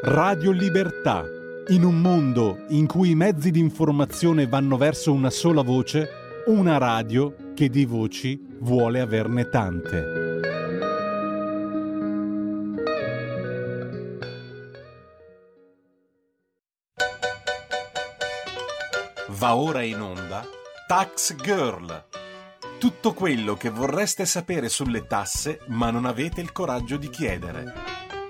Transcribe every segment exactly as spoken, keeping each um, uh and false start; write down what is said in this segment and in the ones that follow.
Radio Libertà. In un mondo in cui i mezzi di informazione vanno verso una sola voce, una radio che di voci vuole averne tante. Va ora in onda Tax Girl. Tutto quello che vorreste sapere sulle tasse ma non avete il coraggio di chiedere.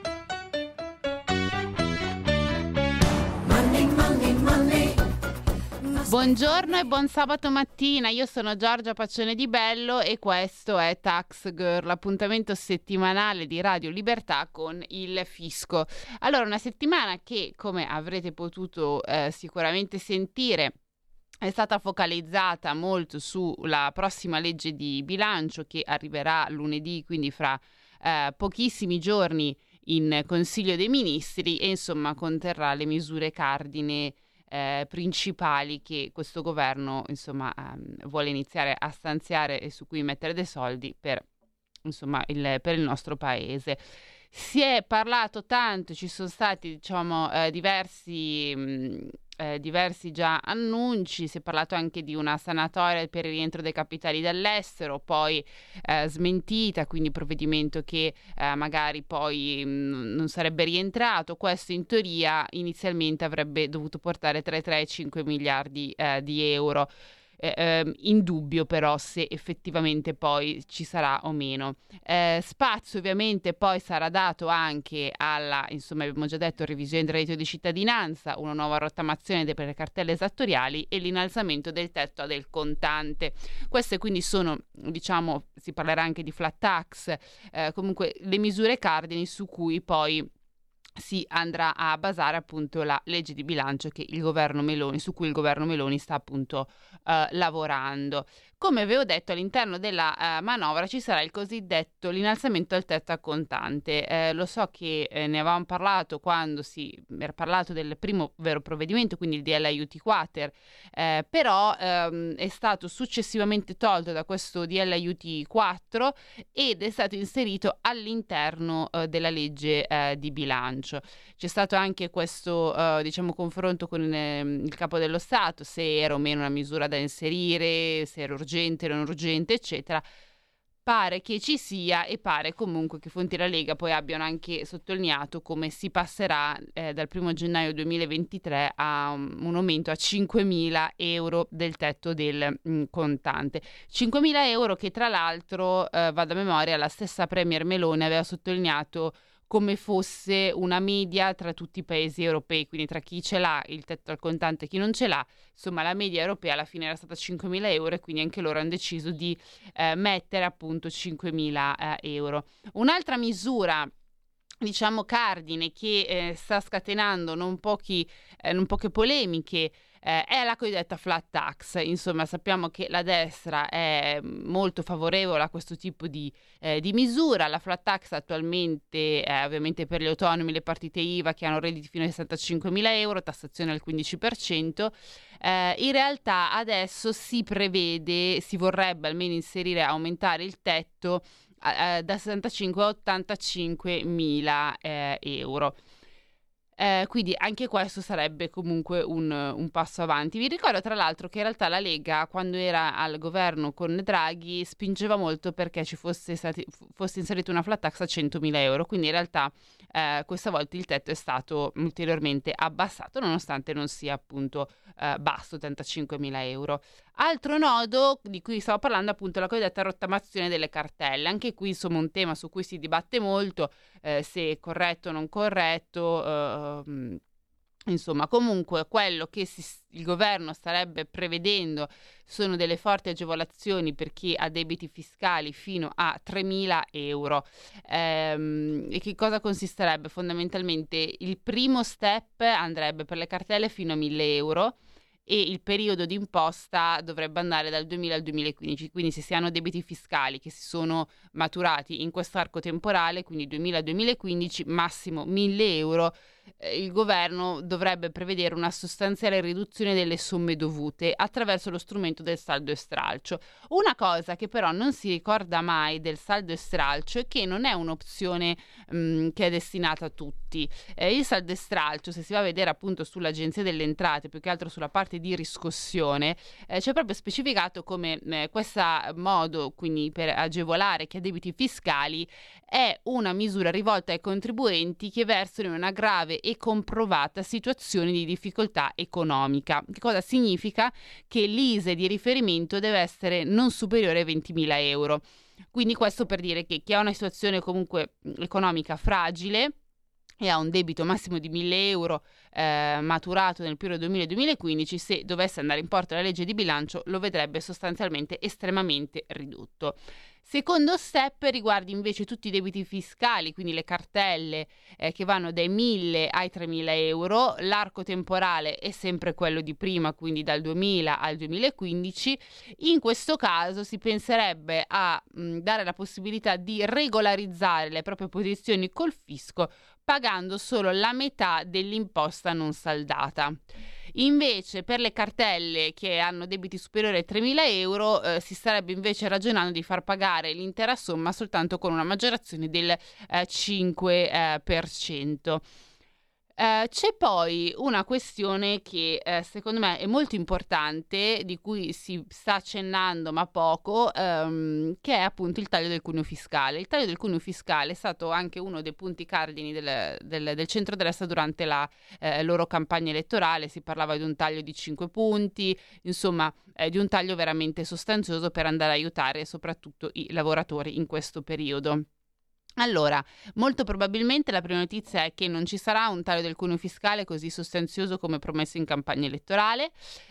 Buongiorno e buon sabato mattina, io sono Giorgia Paccione di Bello e questo è Tax Girl, l'appuntamento settimanale di Radio Libertà con il fisco. Allora, una settimana che, come avrete potuto eh, sicuramente sentire, è stata focalizzata molto sulla prossima legge di bilancio che arriverà lunedì, quindi fra eh, pochissimi giorni in Consiglio dei Ministri, e insomma conterrà le misure cardine Eh, principali che questo governo insomma ehm, vuole iniziare a stanziare e su cui mettere dei soldi per insomma il, per il nostro paese. Si è parlato tanto, ci sono stati diciamo eh, diversi mh, eh, diversi già annunci, si è parlato anche di una sanatoria per il rientro dei capitali dall'estero, poi eh, smentita, quindi provvedimento che eh, magari poi mh, non sarebbe rientrato. Questo in teoria inizialmente avrebbe dovuto portare tra i tre e i cinque miliardi eh, di euro. Eh, in dubbio però se effettivamente poi ci sarà o meno. Eh, spazio ovviamente poi sarà dato anche alla, insomma abbiamo già detto, revisione del reddito di cittadinanza, una nuova rottamazione per le cartelle esattoriali e l'innalzamento del tetto del contante. Queste quindi sono, diciamo, si parlerà anche di flat tax, eh, comunque le misure cardini su cui poi si andrà a basare appunto la legge di bilancio che il governo Meloni, su cui il governo Meloni sta appunto eh, lavorando. Come avevo detto, all'interno della eh, manovra ci sarà il cosiddetto l'innalzamento del tetto a contante. Eh, lo so che eh, ne avevamo parlato quando si era parlato del primo vero provvedimento, quindi il D L aiuti quater, eh, però ehm, è stato successivamente tolto da questo D L aiuti quattro ed è stato inserito all'interno eh, della legge eh, di bilancio. C'è stato anche questo eh, diciamo confronto con eh, il capo dello Stato, se era o meno una misura da inserire, se era urgente, non urgente, eccetera. Pare che ci sia e pare comunque che fonti della Lega poi abbiano anche sottolineato come si passerà eh, dal primo gennaio duemilaventitré a um, un aumento a cinquemila euro del tetto del mh, contante. cinquemila euro che tra l'altro, eh, vado a memoria, la stessa Premier Meloni aveva sottolineato come fosse una media tra tutti i paesi europei, quindi tra chi ce l'ha il tetto al contante e chi non ce l'ha. Insomma, la media europea alla fine era stata cinquemila euro e quindi anche loro hanno deciso di eh, mettere appunto cinquemila eh, euro. Un'altra misura, diciamo cardine, che eh, sta scatenando non pochi, eh, non poche polemiche, eh, è la cosiddetta flat tax. Insomma, sappiamo che la destra è molto favorevole a questo tipo di, eh, di misura. La flat tax attualmente è ovviamente per gli autonomi, le partite I V A che hanno redditi fino a sessantacinquemila euro, tassazione al quindici per cento. Eh, in realtà adesso si prevede, si vorrebbe almeno inserire, aumentare il tetto eh, da sessantacinque a ottantacinque mila eh, euro. Eh, quindi anche questo sarebbe comunque un, un passo avanti. Vi ricordo tra l'altro che in realtà la Lega, quando era al governo con Draghi, spingeva molto perché ci fosse, stati, fosse inserita una flat tax a centomila euro, quindi in realtà eh, questa volta il tetto è stato ulteriormente abbassato, nonostante non sia appunto eh, basso, ottantacinquemila euro. Altro nodo di cui stavo parlando appunto è la cosiddetta rottamazione delle cartelle. Anche qui insomma un tema su cui si dibatte molto, eh, se è corretto o non corretto, eh, insomma comunque quello che si, il governo starebbe prevedendo sono delle forti agevolazioni per chi ha debiti fiscali fino a tremila euro. Ehm, e che cosa consisterebbe? Fondamentalmente il primo step andrebbe per le cartelle fino a mille euro e il periodo di imposta dovrebbe andare dal duemila al duemilaquindici, quindi se si hanno debiti fiscali che si sono maturati in quest'arco temporale, quindi duemila-duemilaquindici, massimo mille euro, eh, il governo dovrebbe prevedere una sostanziale riduzione delle somme dovute attraverso lo strumento del saldo e stralcio. Una cosa che però non si ricorda mai del saldo e stralcio è che non è un'opzione mh, che è destinata a tutti. Eh, il saldo e stralcio, se si va a vedere appunto sull'Agenzia delle Entrate, più che altro sulla parte di riscossione, eh, c'è proprio specificato come eh, questo modo, quindi per agevolare chi ha debiti fiscali, è una misura rivolta ai contribuenti che versano in una grave e comprovata situazione di difficoltà economica. Che cosa significa? Che l'I S E di riferimento deve essere non superiore ai ventimila euro. Quindi questo per dire che chi ha una situazione comunque economica fragile e ha un debito massimo di mille euro eh, maturato nel periodo duemila-duemilaquindici, se dovesse andare in porto la legge di bilancio lo vedrebbe sostanzialmente estremamente ridotto. Secondo step riguarda invece tutti i debiti fiscali, quindi le cartelle eh, che vanno dai mille ai tremila euro. L'arco temporale è sempre quello di prima, quindi dal duemila al duemilaquindici. In questo caso si penserebbe a mh, dare la possibilità di regolarizzare le proprie posizioni col fisco pagando solo la metà dell'imposta non saldata. Invece per le cartelle che hanno debiti superiori ai tremila euro eh, si starebbe invece ragionando di far pagare l'intera somma soltanto con una maggiorazione del eh, cinque per cento. Uh, c'è poi una questione che uh, secondo me è molto importante, di cui si sta accennando ma poco, um, che è appunto il taglio del cuneo fiscale. Il taglio del cuneo fiscale è stato anche uno dei punti cardini del, del, del centrodestra durante la eh, loro campagna elettorale. Si parlava di un taglio di cinque punti, insomma eh, di un taglio veramente sostanzioso per andare a aiutare soprattutto i lavoratori in questo periodo. Allora, molto probabilmente la prima notizia è che non ci sarà un taglio del cuneo fiscale così sostanzioso come promesso in campagna elettorale.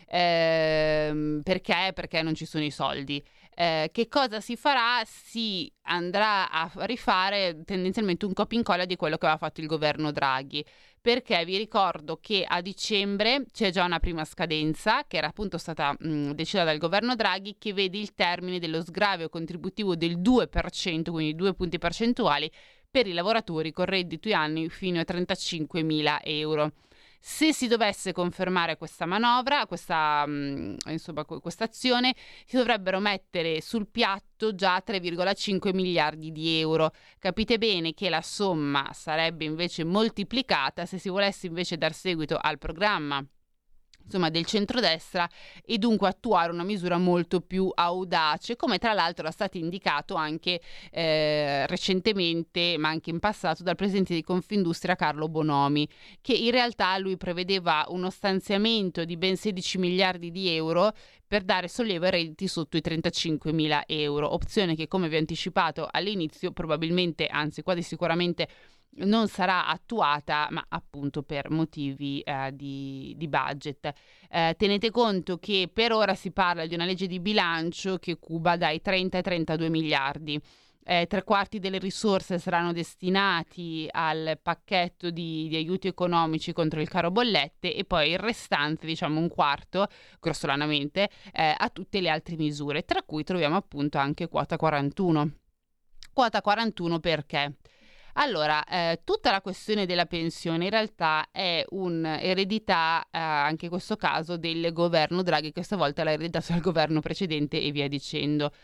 Ehm, perché? Perché non ci sono i soldi. Eh, che cosa si farà? Si andrà a rifare tendenzialmente un copia e incolla di quello che aveva fatto il governo Draghi, perché vi ricordo che a dicembre c'è già una prima scadenza che era appunto stata mh, decisa dal governo Draghi, che vede il termine dello sgravio contributivo del due per cento, quindi due punti percentuali per i lavoratori con reddito anni fino a trentacinquemila euro. Se si dovesse confermare questa manovra, questa mh, insomma questa azione, si dovrebbero mettere sul piatto già tre virgola cinque miliardi di euro. Capite bene che la somma sarebbe invece moltiplicata se si volesse invece dar seguito al programma insomma del centrodestra e dunque attuare una misura molto più audace, come tra l'altro era stato indicato anche eh, recentemente, ma anche in passato, dal presidente di Confindustria Carlo Bonomi, che in realtà lui prevedeva uno stanziamento di ben sedici miliardi di euro per dare sollievo ai redditi sotto i trentacinquemila euro, opzione che, come vi ho anticipato all'inizio, probabilmente, anzi quasi sicuramente non sarà attuata, ma appunto per motivi eh, di, di budget. Eh, tenete conto che per ora si parla di una legge di bilancio che cuba dai trenta ai trentadue miliardi. Eh, tre quarti delle risorse saranno destinati al pacchetto di, di aiuti economici contro il caro bollette e poi il restante, diciamo un quarto, grossolanamente, eh, a tutte le altre misure, tra cui troviamo appunto anche quota quarantuno. Quota quarantuno perché? Allora, eh, tutta la questione della pensione in realtà è un'eredità, eh, anche in questo caso, del governo Draghi, che questa l'ha ereditato dal governo precedente e via dicendo.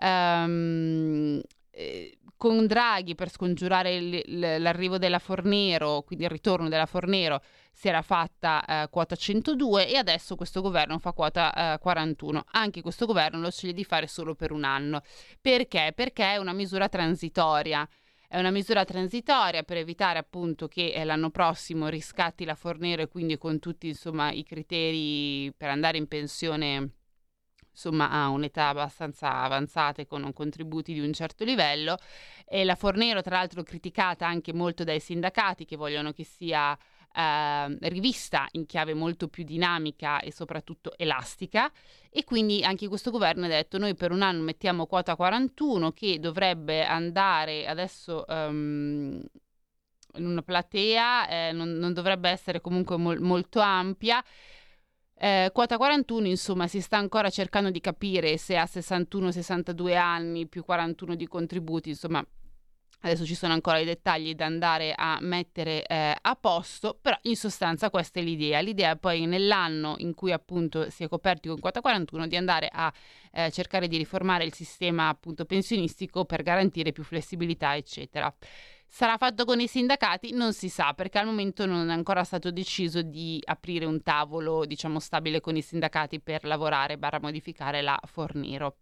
Um, eh, con Draghi, per scongiurare l- l- l'arrivo della Fornero, quindi il ritorno della Fornero, si era fatta eh, quota centodue e adesso questo governo fa quota eh, quarantuno. Anche questo governo lo sceglie di fare solo per un anno. Perché? Perché è una misura transitoria. È una misura transitoria per evitare appunto che eh, l'anno prossimo riscatti la Fornero e quindi con tutti insomma i criteri per andare in pensione insomma a un'età abbastanza avanzata e con contributi di un certo livello. E la Fornero tra l'altro criticata anche molto dai sindacati, che vogliono che sia eh, rivista in chiave molto più dinamica e soprattutto elastica, e quindi anche questo governo ha detto: noi per un anno mettiamo quota quarantuno, che dovrebbe andare adesso um, in una platea, eh, non, non dovrebbe essere comunque mol- molto ampia. Eh, quota quarantuno, insomma, si sta ancora cercando di capire se a sessantuno sessantadue anni più quarantuno di contributi, insomma, adesso ci sono ancora i dettagli da andare a mettere eh, a posto, però in sostanza questa è l'idea. L'idea è poi nell'anno in cui appunto si è coperti con quota quarantuno di andare a eh, cercare di riformare il sistema appunto pensionistico per garantire più flessibilità, eccetera. Sarà fatto con i sindacati? Non si sa, perché al momento non è ancora stato deciso di aprire un tavolo, diciamo, stabile con i sindacati per lavorare barra modificare la Fornero.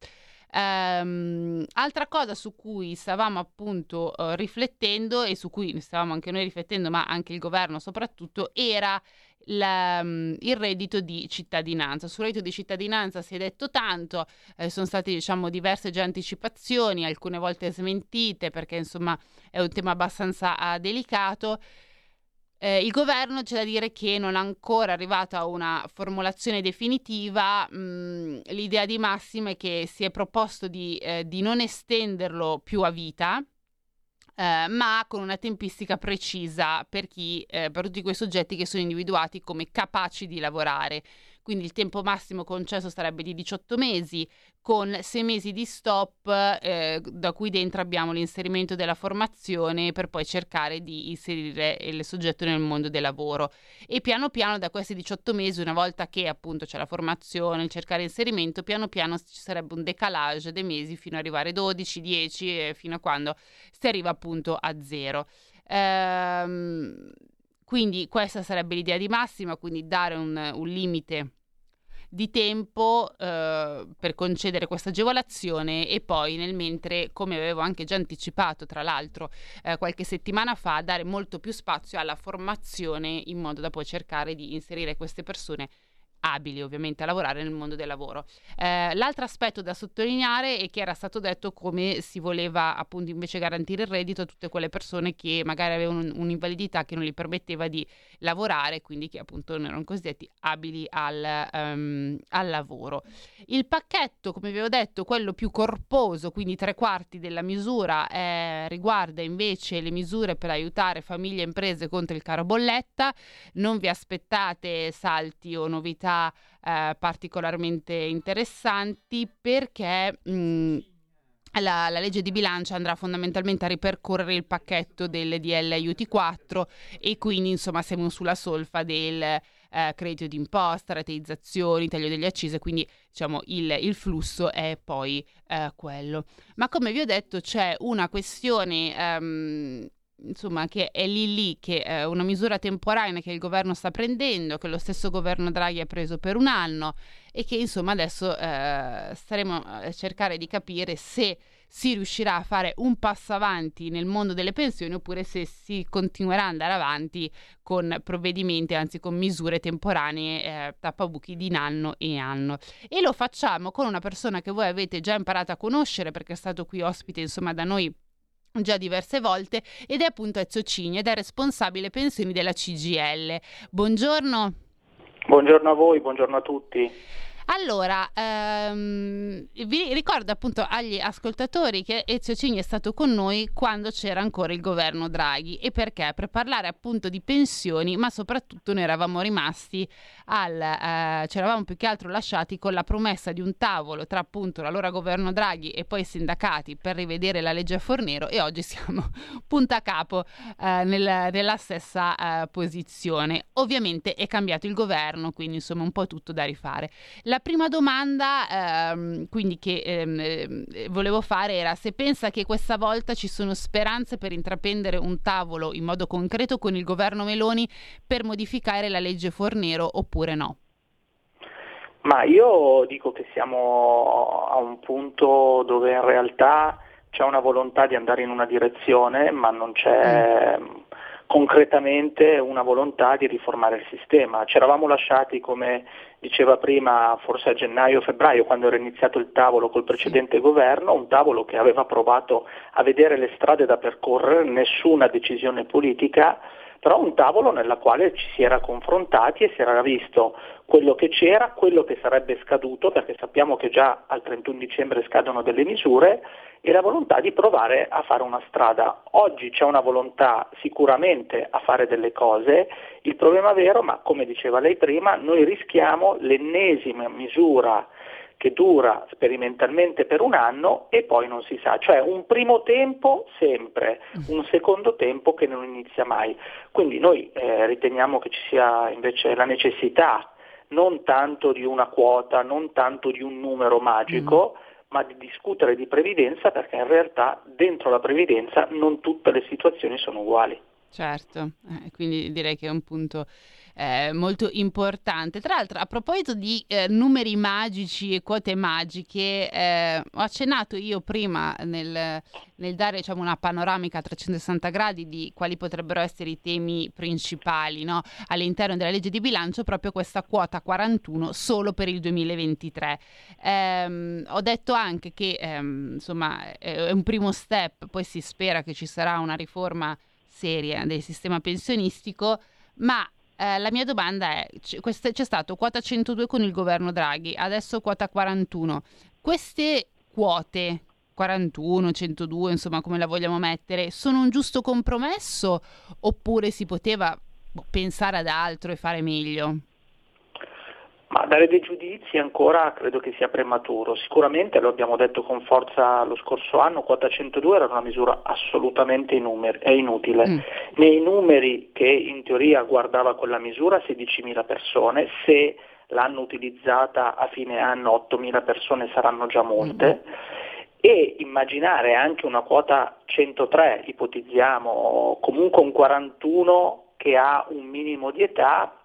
Um, altra cosa su cui stavamo appunto uh, riflettendo e su cui stavamo anche noi riflettendo, ma anche il governo soprattutto, era la, um, il reddito di cittadinanza. Sul reddito di cittadinanza si è detto tanto, eh, sono state diciamo diverse già anticipazioni, alcune volte smentite perché insomma è un tema abbastanza uh, delicato. Eh, il governo c'è da dire che non è ancora arrivato a una formulazione definitiva. Mh, l'idea di massima è che si è proposto di, eh, di non estenderlo più a vita, eh, ma con una tempistica precisa per chi, eh, per tutti quei soggetti che sono individuati come capaci di lavorare. Quindi il tempo massimo concesso sarebbe di diciotto mesi, con sei mesi di stop, eh, da cui dentro abbiamo l'inserimento della formazione per poi cercare di inserire il soggetto nel mondo del lavoro. E piano piano da questi diciotto mesi, una volta che appunto c'è la formazione, il cercare inserimento, piano piano ci sarebbe un decalage dei mesi fino ad arrivare dodici, dieci, e fino a quando si arriva appunto a zero. Ehm... Quindi questa sarebbe l'idea di massima, quindi dare un, un limite di tempo eh, per concedere questa agevolazione e poi nel mentre, come avevo anche già anticipato tra l'altro eh, qualche settimana fa, dare molto più spazio alla formazione in modo da poi cercare di inserire queste persone abili ovviamente a lavorare nel mondo del lavoro. Eh, l'altro aspetto da sottolineare è che era stato detto come si voleva appunto invece garantire il reddito a tutte quelle persone che magari avevano un, un'invalidità che non gli permetteva di lavorare, quindi che appunto non erano cosiddetti abili al, um, al lavoro. Il pacchetto, come vi ho detto, quello più corposo, quindi tre quarti della misura, eh, riguarda invece le misure per aiutare famiglie e imprese contro il caro bolletta. Non vi aspettate salti o novità Eh, particolarmente interessanti, perché mh, la, la legge di bilancio andrà fondamentalmente a ripercorrere il pacchetto del D L aiuti quattro e quindi insomma siamo sulla solfa del eh, credito d'imposta, rateizzazioni, taglio delle accise, quindi diciamo il, il flusso è poi eh, quello. Ma come vi ho detto c'è una questione ehm, insomma che è lì lì, che è una misura temporanea che il governo sta prendendo, che lo stesso governo Draghi ha preso per un anno e che insomma adesso eh, staremo a cercare di capire se si riuscirà a fare un passo avanti nel mondo delle pensioni oppure se si continuerà ad andare avanti con provvedimenti, anzi con misure temporanee eh, tappabuchi di anno e anno. E lo facciamo con una persona che voi avete già imparato a conoscere perché è stato qui ospite insomma da noi già diverse volte ed è appunto Ezio Cigni ed è responsabile pensioni della C G I L. Buongiorno. Buongiorno a voi, buongiorno a tutti. Allora, ehm, vi ricordo appunto agli ascoltatori che Ezio Cigni è stato con noi quando c'era ancora il governo Draghi. E perché? Per parlare appunto di pensioni, ma soprattutto noi eravamo rimasti al, eh, ci eravamo più che altro lasciati con la promessa di un tavolo tra appunto l'allora governo Draghi e poi i sindacati per rivedere la legge Fornero, e oggi siamo punta a capo eh, nel, nella stessa eh, posizione. Ovviamente è cambiato il governo, quindi insomma un po' tutto da rifare. La prima domanda ehm, quindi che ehm, volevo fare era se pensa che questa volta ci sono speranze per intraprendere un tavolo in modo concreto con il governo Meloni per modificare la legge Fornero oppure no. Ma io dico che siamo a un punto dove in realtà c'è una volontà di andare in una direzione, ma non c'è mm. concretamente una volontà di riformare il sistema. Ci eravamo lasciati, come diceva prima, forse a gennaio-febbraio, quando era iniziato il tavolo col precedente governo, un tavolo che aveva provato a vedere le strade da percorrere, nessuna decisione politica, però un tavolo nella quale ci si era confrontati e si era visto quello che c'era, quello che sarebbe scaduto, perché sappiamo che già al trentuno dicembre scadono delle misure, e la volontà di provare a fare una strada. Oggi c'è una volontà sicuramente a fare delle cose, il problema vero, ma come diceva lei prima, noi rischiamo l'ennesima misura che dura sperimentalmente per un anno e poi non si sa, cioè un primo tempo sempre, un secondo tempo che non inizia mai. Quindi noi eh, riteniamo che ci sia invece la necessità non tanto di una quota, non tanto di un numero magico, mm. ma di discutere di previdenza, perché in realtà dentro la previdenza non tutte le situazioni sono uguali. Certo, eh, quindi direi che è un punto eh, molto importante. Tra l'altro, a proposito di eh, numeri magici e quote magiche, eh, ho accennato io prima nel, nel dare, diciamo, una panoramica a trecentosessanta gradi di quali potrebbero essere i temi principali, no, all'interno della legge di bilancio, proprio questa quota quarantuno solo per il duemilaventitré. Ehm, ho detto anche che ehm, insomma è un primo step, poi si spera che ci sarà una riforma seria del sistema pensionistico, ma eh, la mia domanda è, c- queste, c'è stato quota centodue con il governo Draghi, adesso quota quarantuno. Queste quote quarantuno, centodue, insomma come la vogliamo mettere, sono un giusto compromesso oppure si poteva boh, pensare ad altro e fare meglio? Ma dare dei giudizi ancora credo che sia prematuro. Sicuramente, lo abbiamo detto con forza lo scorso anno, quota centodue era una misura assolutamente inumer- è inutile. Mm. Nei numeri che in teoria guardava quella misura sedicimila persone, se l'hanno utilizzata a fine anno ottomila persone saranno già molte. Mm. E immaginare anche una quota centotré, ipotizziamo, comunque un quarantuno che ha un minimo di età,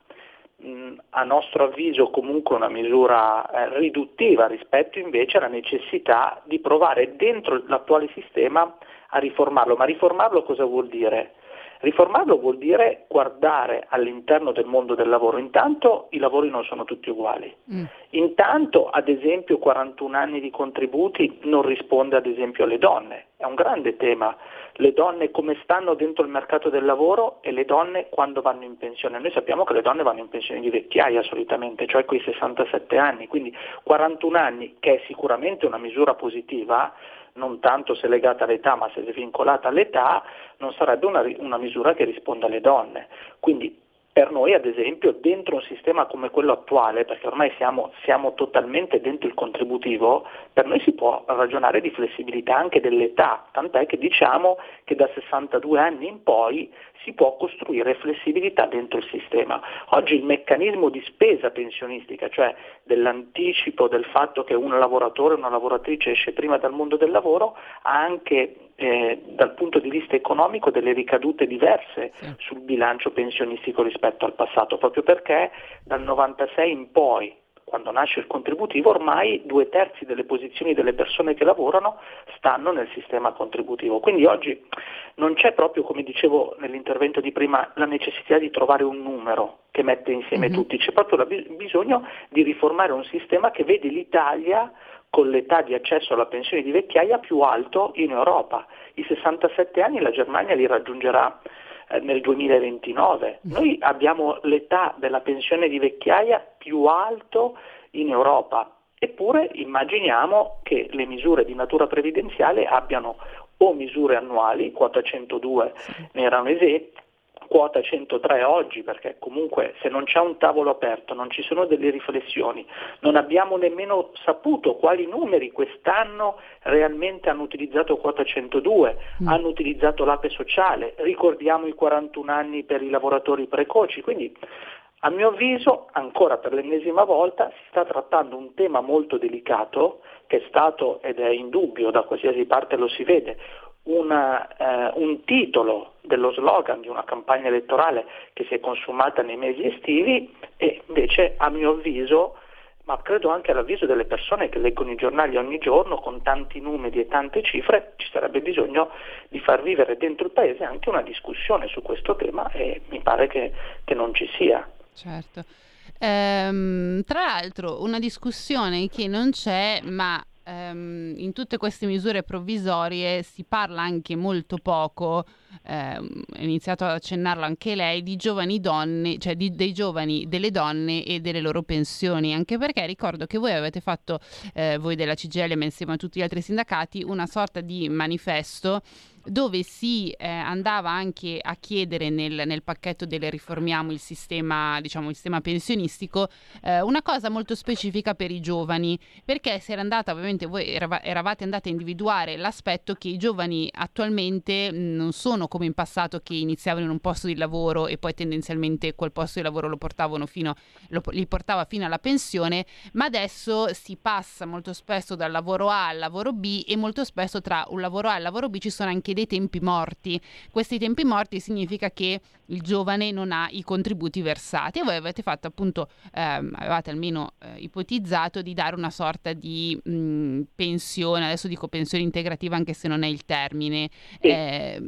a nostro avviso comunque una misura eh, riduttiva rispetto invece alla necessità di provare dentro l'attuale sistema a riformarlo. Ma riformarlo cosa vuol dire? Riformarlo vuol dire guardare all'interno del mondo del lavoro. Intanto i lavori non sono tutti uguali. Mm. Intanto, ad esempio, quarantuno anni di contributi non risponde ad esempio alle donne. È un grande tema. Le donne come stanno dentro il mercato del lavoro e le donne quando vanno in pensione. Noi sappiamo che le donne vanno in pensione di vecchiaia solitamente, cioè coi sessantasette anni, quindi quarantuno anni, che è sicuramente una misura positiva, non tanto se legata all'età ma se vincolata all'età, non sarebbe una, una misura che risponda alle donne. Quindi per noi ad esempio dentro un sistema come quello attuale, perché ormai siamo, siamo totalmente dentro il contributivo, per noi si può ragionare di flessibilità anche dell'età, tant'è che diciamo che da sessantadue anni in poi si può costruire flessibilità dentro il sistema. Oggi il meccanismo di spesa pensionistica, cioè dell'anticipo del fatto che un lavoratore o una lavoratrice esce prima dal mondo del lavoro, ha anche eh, dal punto di vista economico delle ricadute diverse sì. sul bilancio pensionistico rispetto al passato, proprio perché dal novantasei in poi, quando nasce il contributivo, ormai due terzi delle posizioni delle persone che lavorano stanno nel sistema contributivo. Quindi oggi non c'è proprio, come dicevo nell'intervento di prima, la necessità di trovare un numero che mette insieme mm-hmm. tutti, c'è proprio il bisogno di riformare un sistema che vede l'Italia con l'età di accesso alla pensione di vecchiaia più alto in Europa. I sessantasette anni la Germania li raggiungerà eh, nel duemilaventinove. Noi abbiamo l'età della pensione di vecchiaia più alto in Europa. Eppure immaginiamo che le misure di natura previdenziale abbiano o misure annuali, quota centodue ne erano esetti, quota centotré oggi, perché comunque se non c'è un tavolo aperto, non ci sono delle riflessioni, non abbiamo nemmeno saputo quali numeri quest'anno realmente hanno utilizzato quota centodue, mm. hanno utilizzato l'A P E sociale, ricordiamo i quarantuno anni per i lavoratori precoci, quindi a mio avviso ancora per l'ennesima volta si sta trattando un tema molto delicato che è stato ed è indubbio, da qualsiasi parte lo si vede, Una, eh, un titolo dello slogan di una campagna elettorale che si è consumata nei mesi estivi e invece a mio avviso, ma credo anche all'avviso delle persone che leggono i giornali ogni giorno con tanti numeri e tante cifre, ci sarebbe bisogno di far vivere dentro il paese anche una discussione su questo tema e mi pare che, che non ci sia. Certo. Ehm, tra l'altro una discussione che non c'è, ma ehm, in tutte queste misure provvisorie si parla anche molto poco, ehm, ha iniziato ad accennarlo anche lei, di giovani donne, cioè di, dei giovani, delle donne e delle loro pensioni, anche perché ricordo che voi avete fatto, eh, voi della C G I L, ma insieme a tutti gli altri sindacati, una sorta di manifesto dove si eh, andava anche a chiedere nel, nel pacchetto del riformiamo il sistema, diciamo il sistema pensionistico, eh, una cosa molto specifica per i giovani, perché si era andata, ovviamente voi erava, eravate andate a individuare l'aspetto che i giovani attualmente mh, non sono come in passato, che iniziavano in un posto di lavoro e poi tendenzialmente quel posto di lavoro lo portavano fino, lo, li portava fino alla pensione, ma adesso si passa molto spesso dal lavoro A al lavoro B, e molto spesso tra un lavoro A e il lavoro B ci sono anche dei tempi morti. Questi tempi morti significa che il giovane non ha i contributi versati, e voi avete fatto appunto, ehm, avevate almeno eh, ipotizzato di dare una sorta di mh, pensione, adesso dico pensione integrativa anche se non è il termine. Sì. Eh,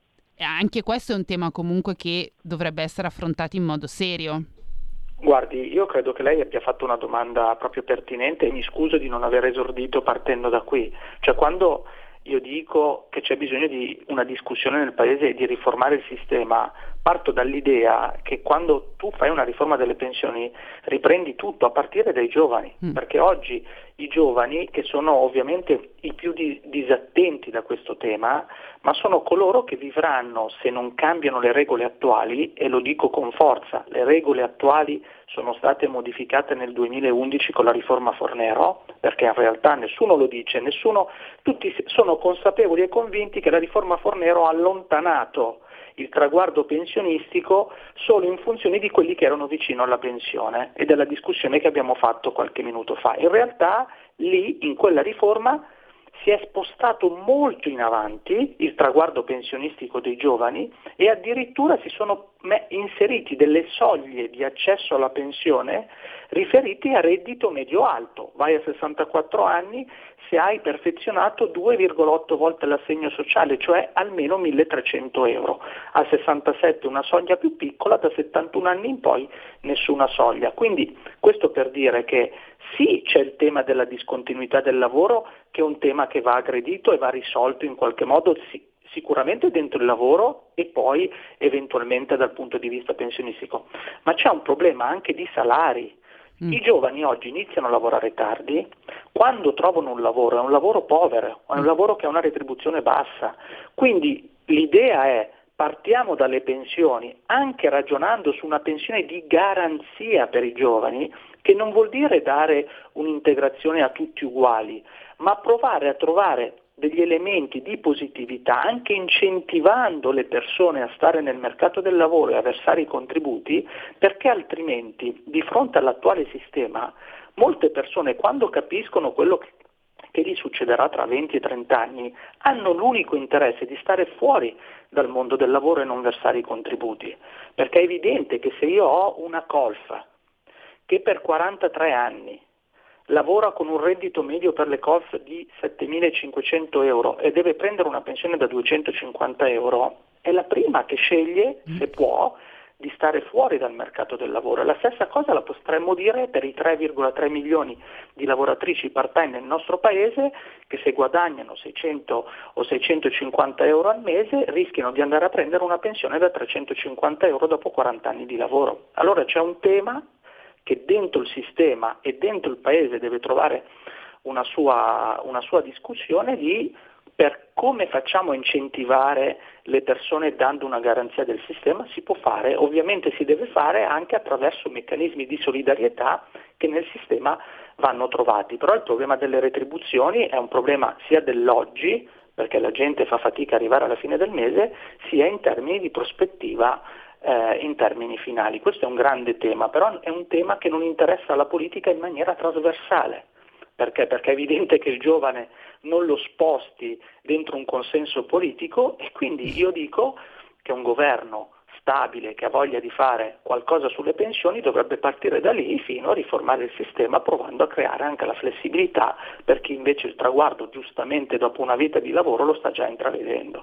anche questo è un tema comunque che dovrebbe essere affrontato in modo serio. Guardi, io credo che lei abbia fatto una domanda proprio pertinente, e mi scuso di non aver esordito partendo da qui. Cioè, quando io dico che c'è bisogno di una discussione nel Paese e di riformare il sistema, parto dall'idea che quando tu fai una riforma delle pensioni riprendi tutto a partire dai giovani, mm. perché oggi i giovani, che sono ovviamente i più di, disattenti da questo tema, ma sono coloro che vivranno, se non cambiano le regole attuali, e lo dico con forza, le regole attuali sono state modificate nel duemilaundici con la riforma Fornero, perché in realtà nessuno lo dice, nessuno, tutti sono consapevoli e convinti che la riforma Fornero ha allontanato il traguardo pensionistico solo in funzione di quelli che erano vicino alla pensione, e della discussione che abbiamo fatto qualche minuto fa. In realtà lì, in quella riforma, si è spostato molto in avanti il traguardo pensionistico dei giovani, e addirittura si sono me- inseriti delle soglie di accesso alla pensione riferiti a reddito medio-alto. Vai a sessantaquattro anni se hai perfezionato due virgola otto volte l'assegno sociale, cioè almeno milletrecento euro. A sessantasette una soglia più piccola, da settantuno anni in poi nessuna soglia. Quindi questo per dire che sì, c'è il tema della discontinuità del lavoro, che è un tema che va aggredito e va risolto in qualche modo, sì, sicuramente dentro il lavoro e poi eventualmente dal punto di vista pensionistico. Ma c'è un problema anche di salari. Mm. I giovani oggi iniziano a lavorare tardi, quando trovano un lavoro è un lavoro povero, è un lavoro che ha una retribuzione bassa. Quindi l'idea è: partiamo dalle pensioni, anche ragionando su una pensione di garanzia per i giovani, che non vuol dire dare un'integrazione a tutti uguali, ma provare a trovare degli elementi di positività, anche incentivando le persone a stare nel mercato del lavoro e a versare i contributi, perché altrimenti, di fronte all'attuale sistema, molte persone, quando capiscono quello che che gli succederà tra venti e trenta anni, hanno l'unico interesse di stare fuori dal mondo del lavoro e non versare i contributi, perché è evidente che se io ho una colfa che per quarantatré anni lavora con un reddito medio per le colf di settemilacinquecento euro e deve prendere una pensione da duecentocinquanta euro, è la prima che sceglie, se può, di stare fuori dal mercato del lavoro. La stessa cosa la potremmo dire per i tre virgola tre milioni di lavoratrici part-time nel nostro paese, che se guadagnano seicento o seicentocinquanta euro al mese rischiano di andare a prendere una pensione da trecentocinquanta euro dopo quaranta anni di lavoro. Allora c'è un tema che dentro il sistema e dentro il paese deve trovare una sua, una sua discussione di per come facciamo a incentivare le persone dando una garanzia del sistema. Si può fare, ovviamente si deve fare anche attraverso meccanismi di solidarietà che nel sistema vanno trovati, però il problema delle retribuzioni è un problema sia dell'oggi, perché la gente fa fatica ad arrivare alla fine del mese, sia in termini di prospettiva, eh, in termini finali. Questo è un grande tema, però è un tema che non interessa la politica in maniera trasversale. Perché? Perché è evidente che il giovane non lo sposti dentro un consenso politico, e quindi io dico che un governo stabile che ha voglia di fare qualcosa sulle pensioni dovrebbe partire da lì fino a riformare il sistema, provando a creare anche la flessibilità per chi invece il traguardo, giustamente dopo una vita di lavoro, lo sta già intravedendo.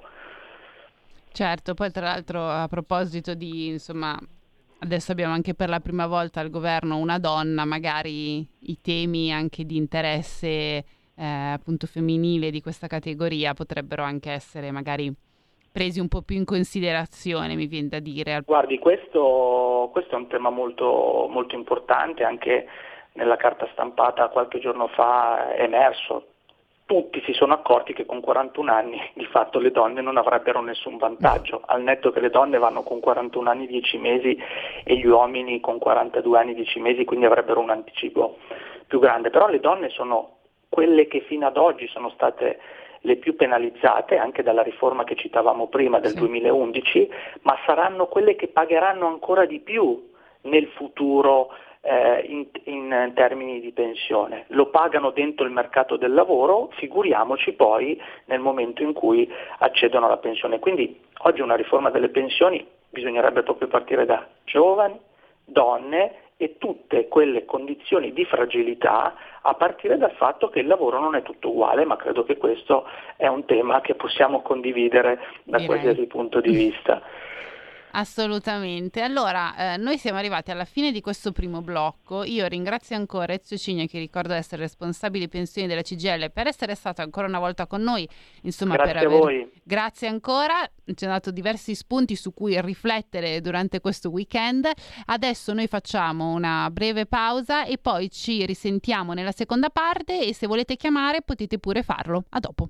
Certo, poi tra l'altro a proposito di, insomma, adesso abbiamo anche per la prima volta al governo una donna, magari i temi anche di interesse eh, appunto femminile di questa categoria potrebbero anche essere magari presi un po' più in considerazione, mi viene da dire. Guardi, questo, questo è un tema molto, molto importante, anche nella carta stampata qualche giorno fa è emerso. Tutti si sono accorti che con quarantuno anni di fatto le donne non avrebbero nessun vantaggio, al netto che le donne vanno con quarantuno anni dieci mesi e gli uomini con quarantadue anni dieci mesi, quindi avrebbero un anticipo più grande. Però le donne sono quelle che fino ad oggi sono state le più penalizzate anche dalla riforma che citavamo prima del duemilaundici, ma saranno quelle che pagheranno ancora di più nel futuro eh, in, in termini di pensione. Lo pagano dentro il mercato del lavoro, figuriamoci poi nel momento in cui accedono alla pensione. Quindi oggi una riforma delle pensioni bisognerebbe proprio partire da giovani, donne e tutte quelle condizioni di fragilità, a partire dal fatto che il lavoro non è tutto uguale, ma credo che questo è un tema che possiamo condividere da Direi. qualsiasi punto di vista. Assolutamente. Allora, eh, noi siamo arrivati alla fine di questo primo blocco. Io ringrazio ancora Ezio Cigna, che ricordo essere responsabile pensioni della C G I L, per essere stato ancora una volta con noi. Insomma, Grazie per a aver... voi. Grazie ancora. Ci hanno dato diversi spunti su cui riflettere durante questo weekend. Adesso noi facciamo una breve pausa e poi ci risentiamo nella seconda parte, e se volete chiamare potete pure farlo. A dopo.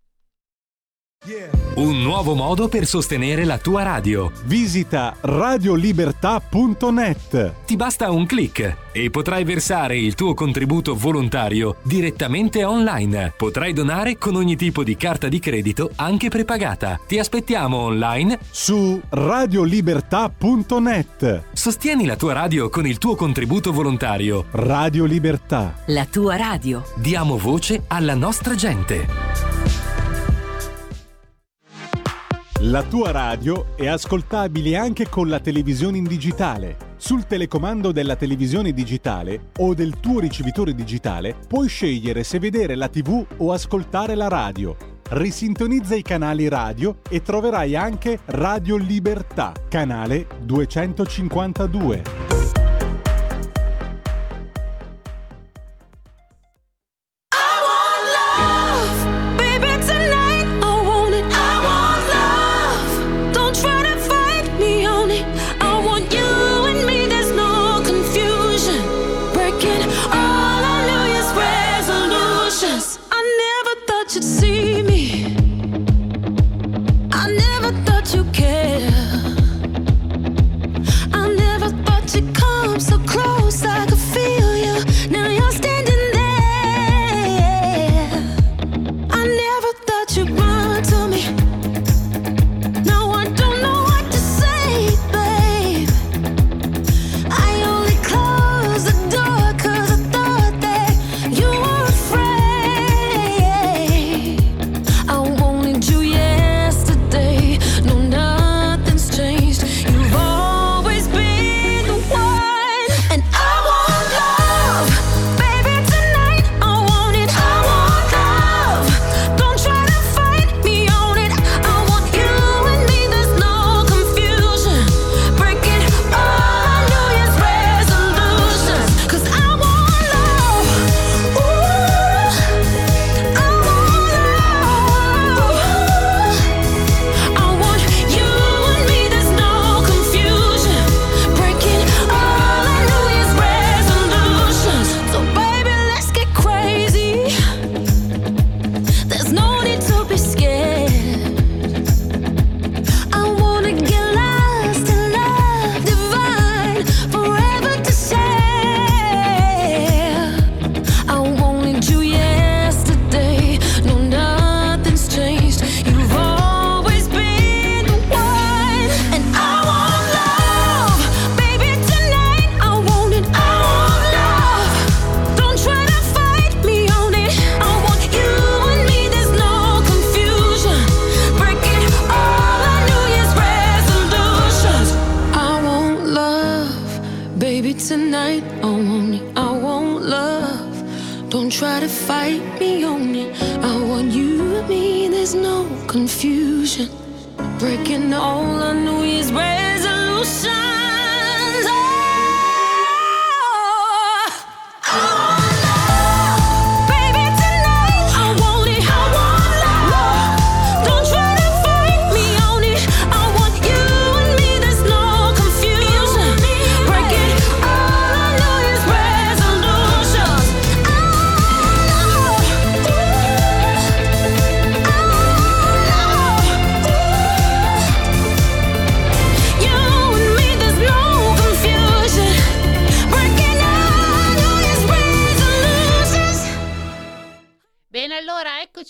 Un nuovo modo per sostenere la tua radio. Visita radiolibertà punto net. Ti basta un click e potrai versare il tuo contributo volontario direttamente online. Potrai donare con ogni tipo di carta di credito, anche prepagata. Ti aspettiamo online su radiolibertà punto net. Sostieni la tua radio con il tuo contributo volontario. Radio Libertà. La tua radio. Diamo voce alla nostra gente. La tua radio è ascoltabile anche con la televisione in digitale. Sul telecomando della televisione digitale o del tuo ricevitore digitale puoi scegliere se vedere la tivù o ascoltare la radio. Risintonizza i canali radio e troverai anche Radio Libertà, canale duecentocinquantadue. Baby, tonight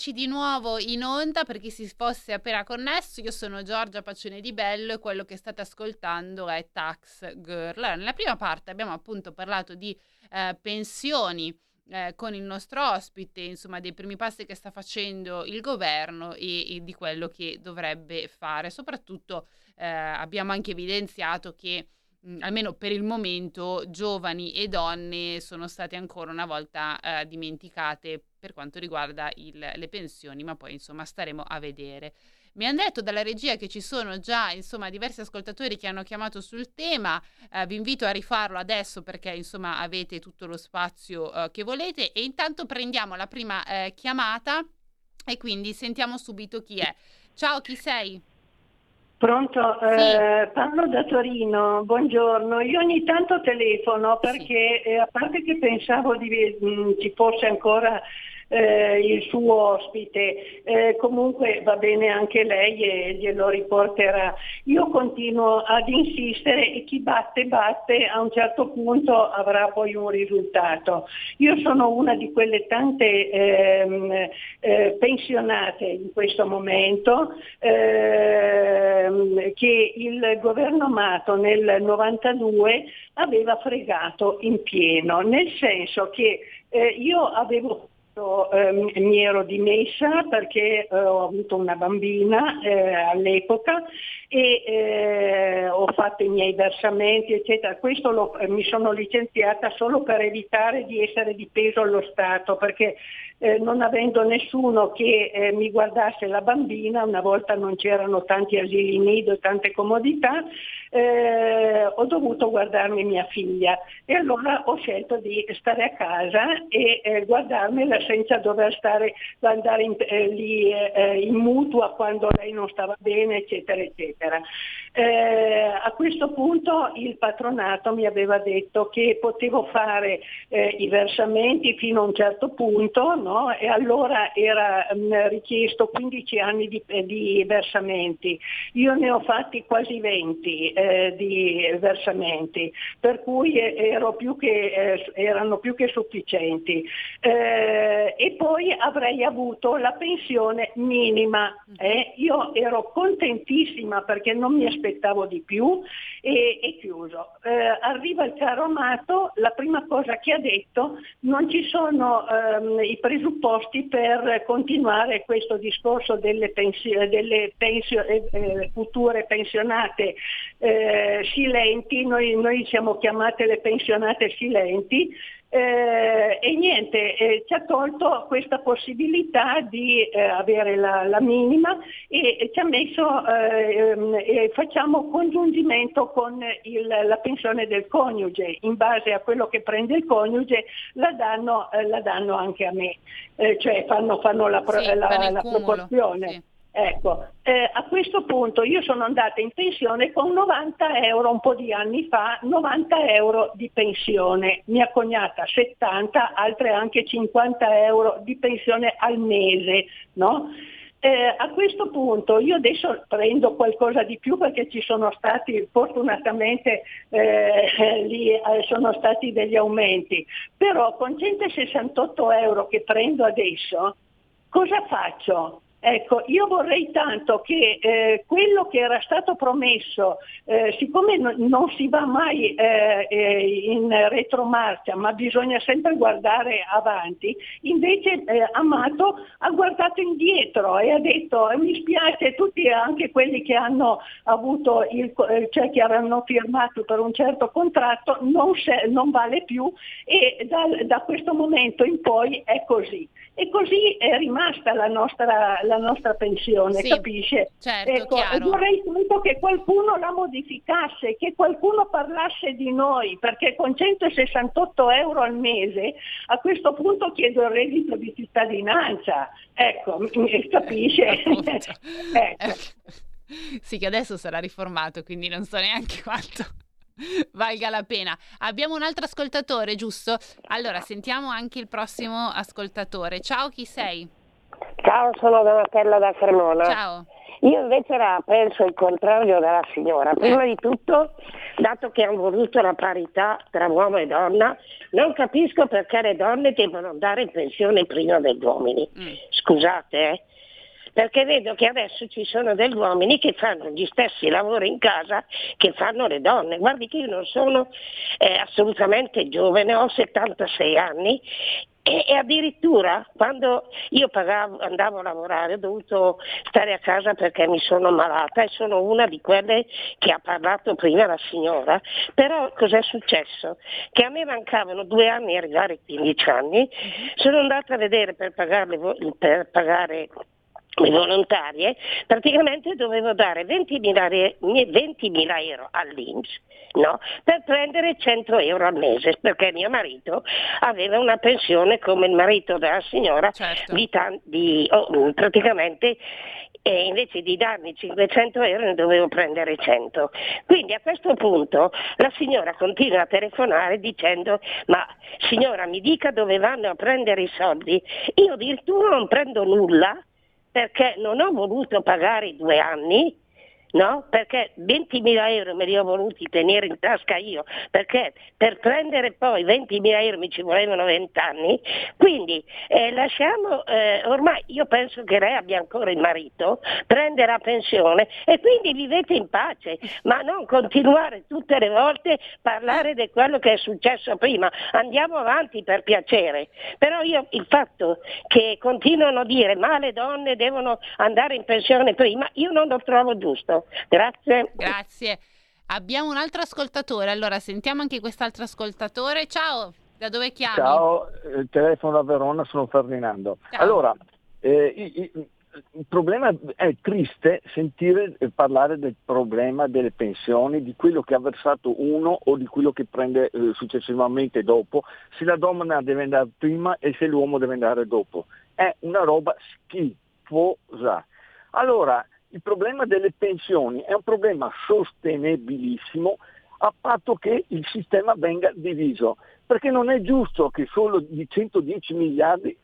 Eccoci di nuovo in onda. Per chi si fosse appena connesso, io sono Giorgia Pacione di Bello e quello che state ascoltando è Tax Girl. Allora, nella prima parte abbiamo appunto parlato di eh, pensioni eh, con il nostro ospite, insomma dei primi passi che sta facendo il governo e, e di quello che dovrebbe fare. Soprattutto eh, abbiamo anche evidenziato che almeno per il momento giovani e donne sono state ancora una volta eh, dimenticate per quanto riguarda il, le pensioni, ma poi insomma staremo a vedere. Mi hanno detto dalla regia che ci sono già insomma diversi ascoltatori che hanno chiamato sul tema, eh, vi invito a rifarlo adesso perché insomma avete tutto lo spazio eh, che volete, e intanto prendiamo la prima eh, chiamata e quindi sentiamo subito chi è. Ciao, chi sei? Pronto? Sì. Eh, parlo da Torino, buongiorno. Io ogni tanto telefono perché Sì. eh, a parte che pensavo di, mh, ci fosse ancora eh, il suo ospite, eh, comunque va bene anche lei e glielo riporterà. Io continuo ad insistere e chi batte batte, a un certo punto avrà poi un risultato. Io sono una di quelle tante ehm, eh, pensionate in questo momento ehm, che il governo Amato nel novantadue aveva fregato in pieno, nel senso che eh, io avevo Eh, mi ero dimessa perché eh, ho avuto una bambina eh, all'epoca e eh, ho fatto i miei versamenti eccetera. Questo lo, eh, mi sono licenziata solo per evitare di essere di peso allo Stato, perché eh, non avendo nessuno che eh, mi guardasse la bambina, una volta non c'erano tanti asili nido e tante comodità, eh, ho dovuto guardarmi mia figlia e allora ho scelto di stare a casa e eh, guardarmela senza dover stare andare in, eh, lì eh, in mutua quando lei non stava bene eccetera eccetera. Eh, a questo punto il patronato mi aveva detto che potevo fare eh, i versamenti fino a un certo punto, no? E allora era mh, richiesto quindici anni di, eh, di versamenti. Io ne ho fatti quasi venti eh, di versamenti, per cui ero più che, eh, erano più che sufficienti. Eh, e poi avrei avuto la pensione minima. Eh? Io ero contentissima perché non mi aspettavo di più e, e chiuso. Eh, arriva il caro Amato, la prima cosa che ha detto: non ci sono ehm, i presupposti per continuare questo discorso delle, pensio- delle pensio- eh, future pensionate eh, silenti, noi, noi siamo chiamate le pensionate silenti. Eh, e niente, eh, ci ha tolto questa possibilità di eh, avere la, la minima e, e ci ha messo, eh, eh, facciamo congiungimento con il, la pensione del coniuge, in base a quello che prende il coniuge la danno, eh, la danno anche a me, eh, cioè fanno, fanno la, pro, sì, la, la cumulo, proporzione. Sì. Ecco, eh, a questo punto io sono andata in pensione con novanta euro un po' di anni fa, novanta euro di pensione, mia cognata settanta, altre anche cinquanta euro di pensione al mese, no? Eh, a questo punto io adesso prendo qualcosa di più perché ci sono stati, fortunatamente eh, lì eh, sono stati degli aumenti, però con centosessantotto euro che prendo adesso cosa faccio? Ecco, io vorrei tanto che eh, quello che era stato promesso, eh, siccome no, non si va mai eh, eh, in retromarcia, ma bisogna sempre guardare avanti, invece eh, Amato ha guardato indietro e ha detto: eh, mi spiace, tutti, anche quelli che hanno avuto il, cioè che avevano firmato per un certo contratto, non, se, non vale più, e da, da questo momento in poi è così. E così è rimasta la nostra, la nostra pensione, sì, capisce? Certo, ecco, chiaro. E vorrei tanto che qualcuno la modificasse, che qualcuno parlasse di noi, perché con centosessantotto euro al mese a questo punto chiedo il reddito di cittadinanza, ecco, capisce? Eh, ecco. Sì, che adesso sarà riformato, quindi non so neanche quanto valga la pena. Abbiamo un altro ascoltatore, giusto? Allora sentiamo anche il prossimo ascoltatore. Ciao, chi sei? Ciao, sono Donatella da Cremona. Ciao. Io invece la penso il contrario della signora. Prima eh. di tutto, dato che hanno voluto la parità tra uomo e donna, non capisco perché le donne devono andare in pensione prima degli uomini. Mm. scusate, eh, perché vedo che adesso ci sono degli uomini che fanno gli stessi lavori in casa che fanno le donne. Guardi che io non sono eh, assolutamente giovane, ho settantasei anni e, e addirittura quando io pagavo, andavo a lavorare ho dovuto stare a casa perché mi sono malata e sono una di quelle che ha parlato prima la signora. Però cos'è successo? Che a me mancavano due anni a arrivare ai quindici anni, sono andata a vedere per pagarle, per pagare le volontarie, praticamente dovevo dare ventimila euro all'I N P S, no? Per prendere cento euro al mese, perché mio marito aveva una pensione come il marito della signora, certo. di, di oh, praticamente e invece di darmi cinquecento euro ne dovevo prendere cento. Quindi a questo punto la signora continua a telefonare dicendo: ma signora, mi dica dove vanno a prendere i soldi. Io addirittura non prendo nulla perché non ho voluto pagare i due anni, no? Perché ventimila euro me li ho voluti tenere in tasca io, perché per prendere poi ventimila euro mi ci volevano venti anni. Quindi eh, lasciamo, eh, ormai io penso che lei abbia ancora il marito, prende la pensione e quindi vivete in pace, ma non continuare tutte le volte a parlare di quello che è successo prima. Andiamo avanti per piacere, però io il fatto che continuano a dire ma le donne devono andare in pensione prima, io non lo trovo giusto. Grazie. Grazie. Abbiamo un altro ascoltatore, allora sentiamo anche quest'altro ascoltatore. Ciao, da dove chiami? Ciao, eh, telefono da Verona, sono Ferdinando. Ciao. Allora, eh, il, il problema è triste sentire parlare del problema delle pensioni, di quello che ha versato uno o di quello che prende eh, successivamente dopo, se la donna deve andare prima e se l'uomo deve andare dopo. È una roba schifosa. Allora, il problema delle pensioni è un problema sostenibilissimo a patto che il sistema venga diviso, perché non è giusto che solo di centodieci miliardi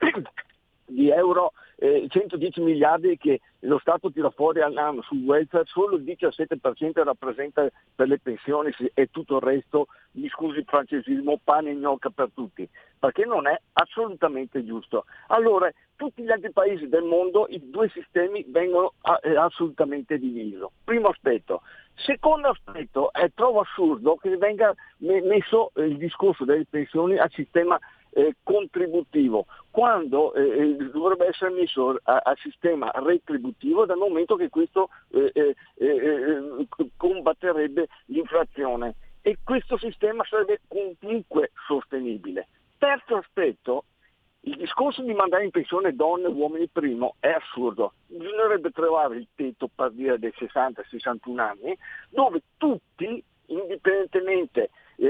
di euro, eh, centodieci miliardi che lo Stato tira fuori all'anno sul welfare, solo il diciassette per cento rappresenta per le pensioni e tutto il resto, mi scusi il francesismo, pane e gnocca per tutti, perché non è assolutamente giusto. Allora, tutti gli altri paesi del mondo i due sistemi vengono eh, assolutamente divisi. Primo aspetto. Secondo aspetto, eh, trovo assurdo che venga me- messo eh, il discorso delle pensioni al sistema eh, contributivo, quando eh, dovrebbe essere messo al sistema retributivo, dal momento che questo eh, eh, eh, combatterebbe l'inflazione, e questo sistema sarebbe comunque sostenibile. Terzo aspetto, il discorso di mandare in pensione donne e uomini primo è assurdo. Bisognerebbe trovare il tetto, per dire, dei sessanta sessantuno anni, dove tutti, indipendentemente eh,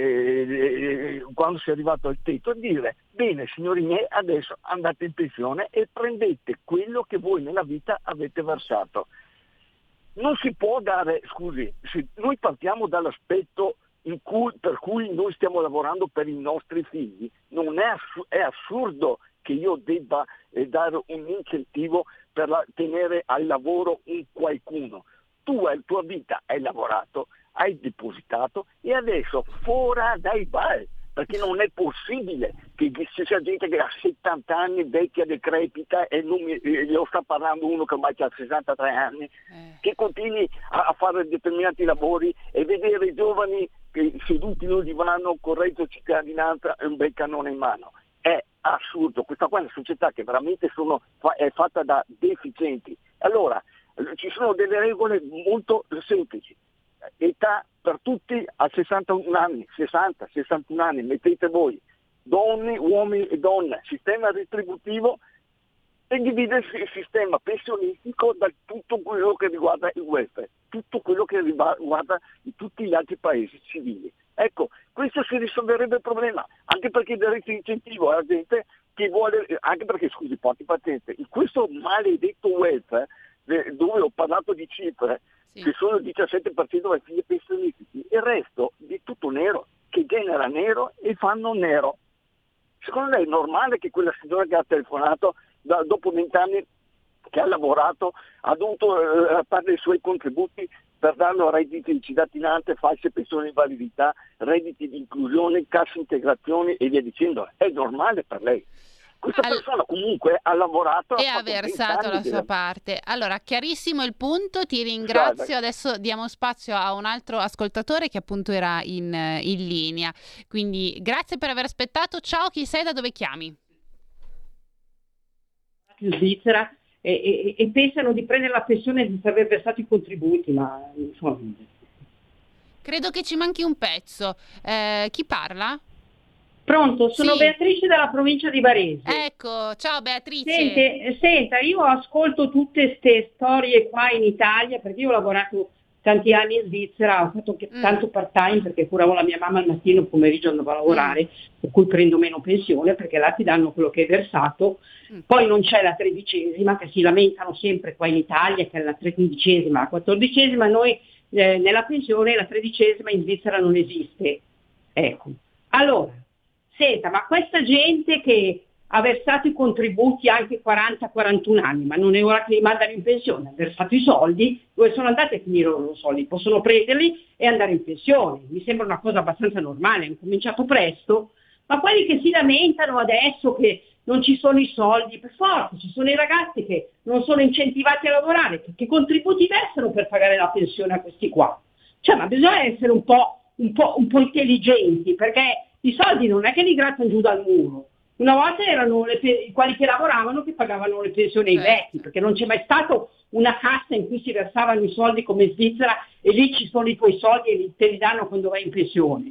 eh, quando si è arrivato al tetto, dire: bene signori miei, adesso andate in pensione e prendete quello che voi nella vita avete versato. Non si può dare, scusi, se noi partiamo dall'aspetto in cui, per cui noi stiamo lavorando per i nostri figli, non è, ass- è assurdo che io debba eh, dare un incentivo per la- tenere al lavoro un qualcuno. Tu, la tua vita, hai lavorato, hai depositato e adesso fuori dai bar, perché non è possibile che ci sia gente che ha settanta anni, vecchia, decrepita, e non mi, eh, lo sta parlando uno che ormai ha sessantatré anni, eh. che continui a, a fare determinati lavori e vedere i giovani che seduti in un divano con reddito cittadinanza e un bel cannone in mano. È assurdo. Questa qua è una società che veramente sono, è fatta da deficienti. Allora, ci sono delle regole molto semplici. Età per tutti a sessantuno anni, sessanta sessantuno anni, mettete voi, donne, uomini e donne, sistema retributivo, e divide il sistema pensionistico da tutto quello che riguarda il welfare, tutto quello che riguarda tutti gli altri paesi civili. Ecco, questo si risolverebbe il problema, anche perché darete incentivo alla gente che vuole, anche perché, scusi, porti pazienza, in questo maledetto welfare, dove ho parlato di cifre, sì, che sono il diciassette per cento dei figli pensionistici, il resto di tutto nero, che genera nero e fanno nero. Secondo lei è normale che quella signora che ha telefonato da, dopo vent'anni che ha lavorato ha dovuto eh, pagare i suoi contributi per darlo a redditi di cittadinanza, false pensioni di invalidità, redditi di inclusione, cassa integrazione e via dicendo? È normale per lei? questa Al... persona comunque ha lavorato e ha versato la sua parte. Allora, chiarissimo il punto, ti ringrazio. Sì, adesso diamo spazio a un altro ascoltatore che appunto era in, in linea. Quindi grazie per aver aspettato. Ciao, chi sei, da dove chiami? In Svizzera e, e, e pensano di prendere la pensione senza aver versato i contributi, ma insomma... Credo che ci manchi un pezzo. Eh, chi parla? Pronto, sono sì. Beatrice dalla provincia di Varese. Ecco, ciao Beatrice. Sente, senta, io ascolto tutte queste storie qua in Italia, perché io ho lavorato tanti anni in Svizzera, ho fatto mm. tanto part time perché curavo la mia mamma al mattino, il pomeriggio andavo a lavorare, mm. per cui prendo meno pensione perché là ti danno quello che hai versato. Mm. Poi non c'è la tredicesima, che si lamentano sempre qua in Italia, che è la tredicesima, la quattordicesima, noi eh, nella pensione la tredicesima in Svizzera non esiste. Ecco. Allora, senta, ma questa gente che ha versato i contributi anche quaranta quarantuno anni, ma non è ora che li mandano in pensione, ha versato i soldi, dove sono andati a finire i loro soldi? Possono prenderli e andare in pensione, mi sembra una cosa abbastanza normale, hanno cominciato presto, ma quelli che si lamentano adesso che non ci sono i soldi, per forza, ci sono i ragazzi che non sono incentivati a lavorare, che, che contributi versano per pagare la pensione a questi qua? Cioè, ma bisogna essere un po', un po', un po' intelligenti, perché i soldi non è che li grattano giù dal muro. Una volta erano le pe- quelli che lavoravano che pagavano le pensioni ai vecchi, perché non c'è mai stato una cassa in cui si versavano i soldi come in Svizzera e lì ci sono i tuoi soldi e te li danno quando vai in pensione.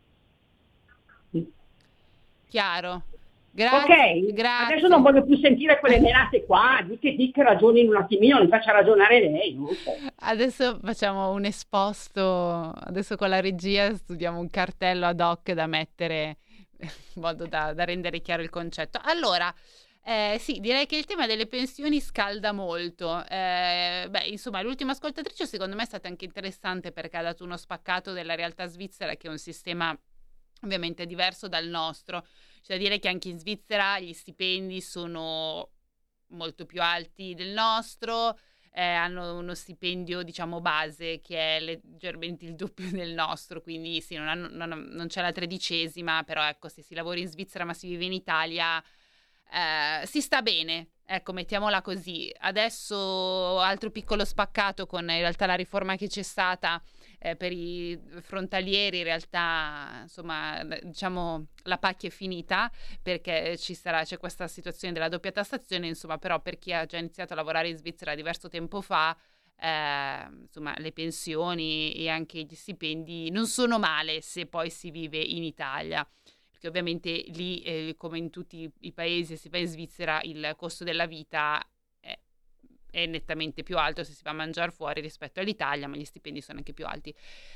Chiaro. Grazie. Ok, grazie. Adesso non voglio più sentire quelle menate qua, di che, di che ragioni un attimino, li faccia ragionare lei, non lo so. Adesso facciamo un esposto, adesso con la regia studiamo un cartello ad hoc da mettere in modo da, da rendere chiaro il concetto. Allora, eh, sì, direi che il tema delle pensioni scalda molto. Eh, beh, insomma, l'ultima ascoltatrice secondo me è stata anche interessante perché ha dato uno spaccato della realtà svizzera, che è un sistema ovviamente diverso dal nostro. C'è da dire che anche in Svizzera gli stipendi sono molto più alti del nostro, eh, hanno uno stipendio diciamo base che è leggermente il doppio del nostro, quindi sì, non, hanno, non, non c'è la tredicesima, però ecco, se si lavora in Svizzera ma si vive in Italia eh, si sta bene, ecco, mettiamola così. Adesso altro piccolo spaccato con in realtà la riforma che c'è stata eh, per i frontalieri, in realtà insomma diciamo la pacchia è finita perché ci sarà, c'è questa situazione della doppia tassazione, insomma, però per chi ha già iniziato a lavorare in Svizzera diverso tempo fa eh, insomma le pensioni e anche gli stipendi non sono male se poi si vive in Italia, perché ovviamente lì eh, come in tutti i paesi, se si va in Svizzera il costo della vita è, è nettamente più alto se si va a mangiare fuori rispetto all'Italia, ma gli stipendi sono anche più alti.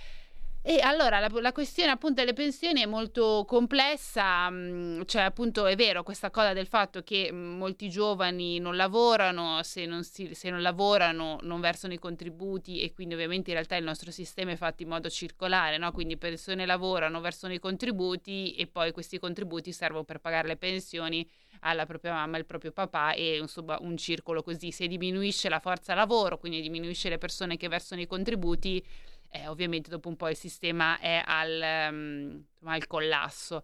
E allora la, la questione appunto delle pensioni è molto complessa, mh, cioè appunto è vero questa cosa del fatto che mh, molti giovani non lavorano, se non, si, se non lavorano non versano i contributi e quindi ovviamente in realtà il nostro sistema è fatto in modo circolare, no? Quindi persone lavorano, versano i contributi e poi questi contributi servono per pagare le pensioni alla propria mamma, al proprio papà e insomma un circolo così. Se diminuisce la forza lavoro, quindi diminuisce le persone che versano i contributi, Eh, ovviamente dopo un po' il sistema è al, um, al collasso.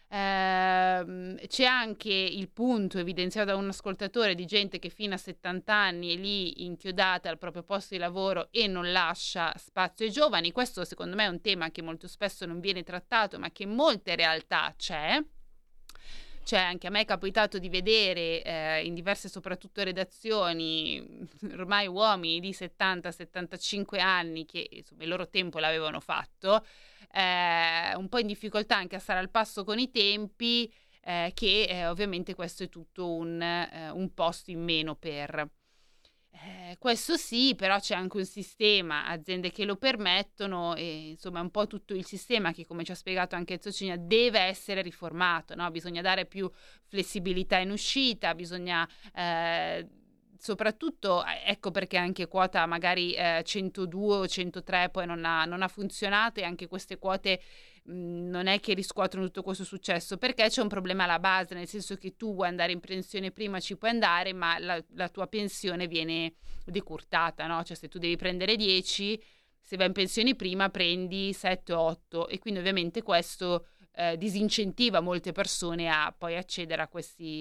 Eh, c'è anche il punto evidenziato da un ascoltatore di gente che fino a settanta anni è lì inchiodata al proprio posto di lavoro e non lascia spazio ai giovani. Questo secondo me è un tema che molto spesso non viene trattato ma che in molte realtà c'è. Cioè anche a me è capitato di vedere eh, in diverse soprattutto redazioni ormai uomini di settanta settantacinque anni che insomma il loro tempo l'avevano fatto, eh, un po' in difficoltà anche a stare al passo con i tempi, eh, che eh, ovviamente questo è tutto un, eh, un posto in meno per... Eh, questo sì, però c'è anche un sistema, aziende che lo permettono e insomma un po' tutto il sistema che, come ci ha spiegato anche Zocigna, deve essere riformato, no? Bisogna dare più flessibilità in uscita, bisogna eh, soprattutto, ecco perché anche quota magari eh, centodue o centotré poi non ha, non ha funzionato e anche queste quote non è che riscuotono tutto questo successo perché c'è un problema alla base, nel senso che tu vuoi andare in pensione prima ci puoi andare ma la, la tua pensione viene decurtata, no? Cioè se tu devi prendere dieci, se vai in pensione prima prendi sette o otto e quindi ovviamente questo eh, disincentiva molte persone a poi accedere a questi,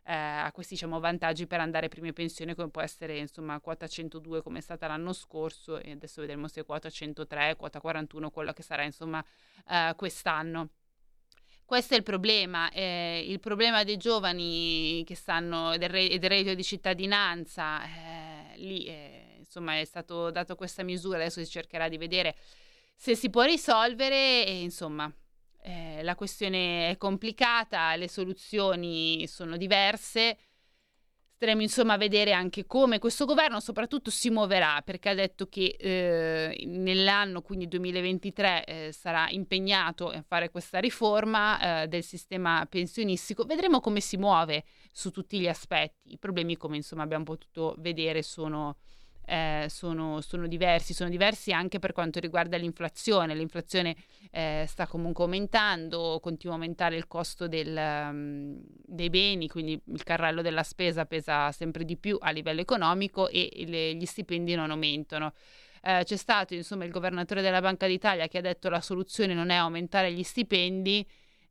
eh, ha questi diciamo vantaggi per andare prima in pensione, come può essere insomma quota centodue come è stata l'anno scorso, e adesso vedremo se quota centotré, quota quarantuno, quello che sarà insomma eh, quest'anno. Questo è il problema, eh, il problema dei giovani che stanno del, re, del reddito di cittadinanza, eh, lì eh, insomma è stato dato questa misura, adesso si cercherà di vedere se si può risolvere, e insomma eh, la questione è complicata, le soluzioni sono diverse. Staremo insomma a vedere anche come questo governo soprattutto si muoverà, perché ha detto che eh, nell'anno quindi duemilaventitré eh, sarà impegnato a fare questa riforma eh, del sistema pensionistico. Vedremo come si muove su tutti gli aspetti. I problemi, come insomma abbiamo potuto vedere, sono Eh, sono, sono diversi, sono diversi anche per quanto riguarda l'inflazione. L'inflazione eh, sta comunque aumentando, continua a aumentare il costo del, um, dei beni, quindi il carrello della spesa pesa sempre di più a livello economico, e le, gli stipendi non aumentano. Eh, c'è stato insomma il governatore della Banca d'Italia che ha detto la soluzione non è aumentare gli stipendi.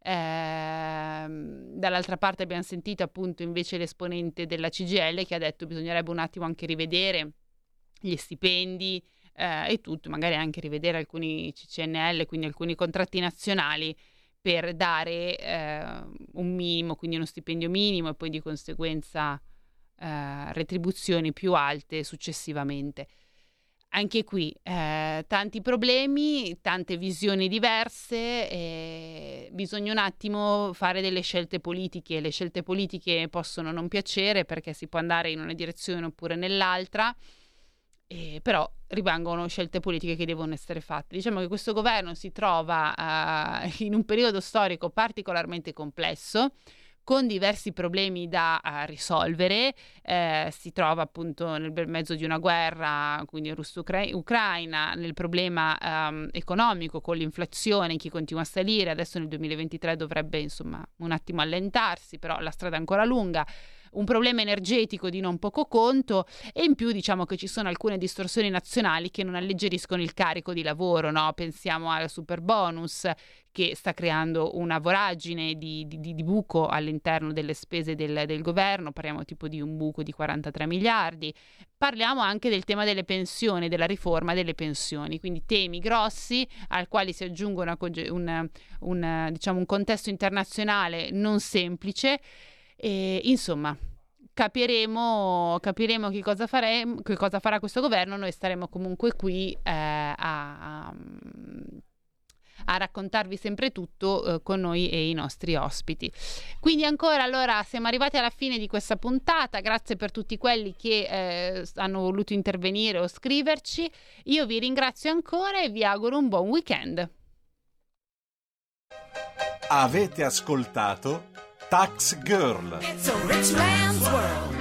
Eh, dall'altra parte abbiamo sentito appunto invece l'esponente della C G I L che ha detto bisognerebbe un attimo anche rivedere gli stipendi eh, e tutto, magari anche rivedere alcuni C C N L, quindi alcuni contratti nazionali, per dare eh, un minimo, quindi uno stipendio minimo, e poi di conseguenza eh, retribuzioni più alte successivamente. Anche qui eh, tanti problemi, tante visioni diverse, e bisogna un attimo fare delle scelte politiche. Le scelte politiche possono non piacere perché si può andare in una direzione oppure nell'altra, Eh, però rimangono scelte politiche che devono essere fatte. Diciamo che questo governo si trova uh, in un periodo storico particolarmente complesso, con diversi problemi da uh, risolvere. Eh, si trova appunto nel bel mezzo di una guerra, quindi russo-ucraina, nel problema um, economico con l'inflazione che continua a salire. Adesso nel duemilaventitré dovrebbe insomma un attimo allentarsi, però la strada è ancora lunga. Un problema energetico di non poco conto, e in più diciamo che ci sono alcune distorsioni nazionali che non alleggeriscono il carico di lavoro, no? Pensiamo al super bonus che sta creando una voragine di, di, di buco all'interno delle spese del, del governo. Parliamo tipo di un buco di quarantatré miliardi. Parliamo anche del tema delle pensioni, della riforma delle pensioni, quindi temi grossi al quali si aggiunge una, un, un, diciamo, un contesto internazionale non semplice. E, insomma, capiremo, capiremo che cosa faremo, che cosa farà questo governo. Noi staremo comunque qui eh, a, a, a raccontarvi sempre tutto eh, con noi e i nostri ospiti. Quindi ancora, allora, siamo arrivati alla fine di questa puntata. Grazie per tutti quelli che eh, hanno voluto intervenire o scriverci. Io vi ringrazio ancora e vi auguro un buon weekend. Avete ascoltato Tax Girl. It's a rich man's world.